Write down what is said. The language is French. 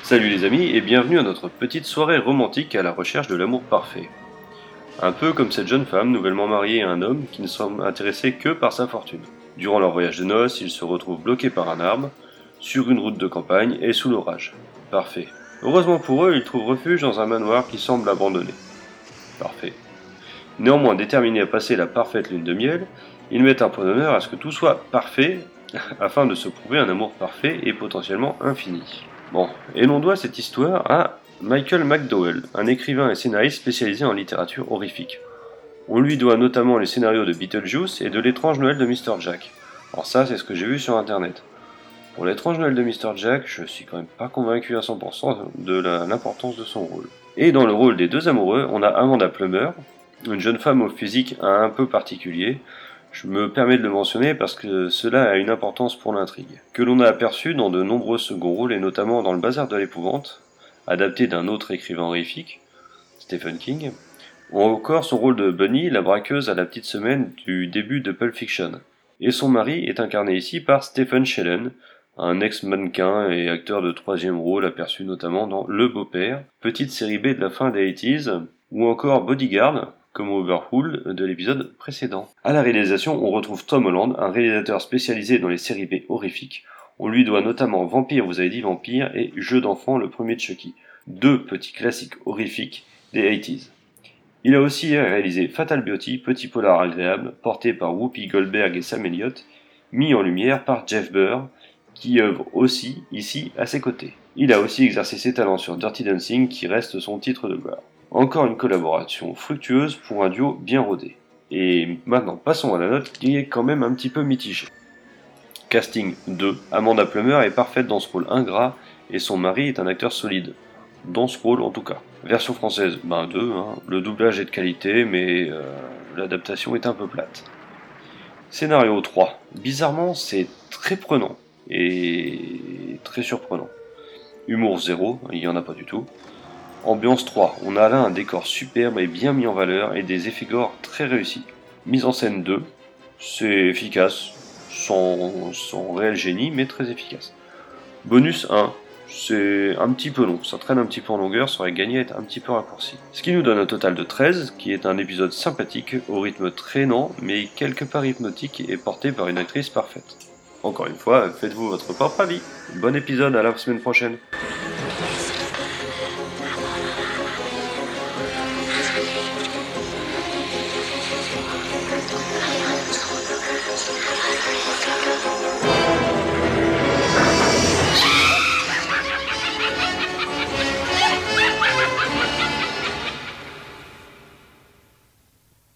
Salut les amis et bienvenue à notre petite soirée romantique à la recherche de l'amour parfait. Un peu comme cette jeune femme nouvellement mariée à un homme qui ne semble intéressé que par sa fortune. Durant leur voyage de noces, ils se retrouvent bloqués par un arbre, sur une route de campagne et sous l'orage. Parfait. Heureusement pour eux, ils trouvent refuge dans un manoir qui semble abandonné. Parfait. Néanmoins déterminés à passer la parfaite lune de miel, ils mettent un point d'honneur à ce que tout soit parfait afin de se prouver un amour parfait et potentiellement infini. Bon, et l'on doit cette histoire à Michael McDowell, un écrivain et scénariste spécialisé en littérature horrifique. On lui doit notamment les scénarios de Beetlejuice et de l'étrange Noël de Mr. Jack. Alors ça, c'est ce que j'ai vu sur internet. Pour l'étrange Noël de Mr. Jack, je suis quand même pas convaincu à 100% de l'importance de son rôle. Et dans le rôle des deux amoureux, on a Amanda Plummer, une jeune femme au physique un peu particulier. Je me permets de le mentionner parce que cela a une importance pour l'intrigue, que l'on a aperçu dans de nombreux seconds rôles et notamment dans Le Bazar de l'épouvante, adapté d'un autre écrivain horrifique, Stephen King, ou encore son rôle de Bunny, la braqueuse à la petite semaine du début de Pulp Fiction. Et son mari est incarné ici par Stephen Shellen, un ex-mannequin et acteur de troisième rôle aperçu notamment dans Le Beau-Père, petite série B de la fin des 80s, ou encore Bodyguard, comme Overhaul de l'épisode précédent. À la réalisation, on retrouve Tom Holland, un réalisateur spécialisé dans les séries B horrifiques. On lui doit notamment Vampire, vous avez dit Vampire, et Jeu d'enfant, le premier de Chucky. Deux petits classiques horrifiques des 80s. Il a aussi réalisé Fatal Beauty, petit polar agréable, porté par Whoopi Goldberg et Sam Elliott, mis en lumière par Jeff Burr, qui œuvre aussi ici à ses côtés. Il a aussi exercé ses talents sur Dirty Dancing, qui reste son titre de gloire. Encore une collaboration fructueuse pour un duo bien rodé. Et maintenant, passons à la note qui est quand même un petit peu mitigée. Casting 2. Amanda Plummer est parfaite dans ce rôle ingrat et son mari est un acteur solide. Dans ce rôle en tout cas. Version française, 2. Le doublage est de qualité mais l'adaptation est un peu plate. Scénario 3. Bizarrement, c'est très prenant et très surprenant. Humour 0, il n'y en a pas du tout. Ambiance 3, on a là un décor superbe et bien mis en valeur et des effets gore très réussis. Mise en scène 2, c'est efficace, sans réel génie, mais très efficace. Bonus 1, c'est un petit peu long, ça traîne un petit peu en longueur, ça aurait gagné à être un petit peu raccourci. Ce qui nous donne un total de 13, qui est un épisode sympathique, au rythme traînant, mais quelque part hypnotique et porté par une actrice parfaite. Encore une fois, faites-vous votre propre avis. Bon épisode, à la semaine prochaine.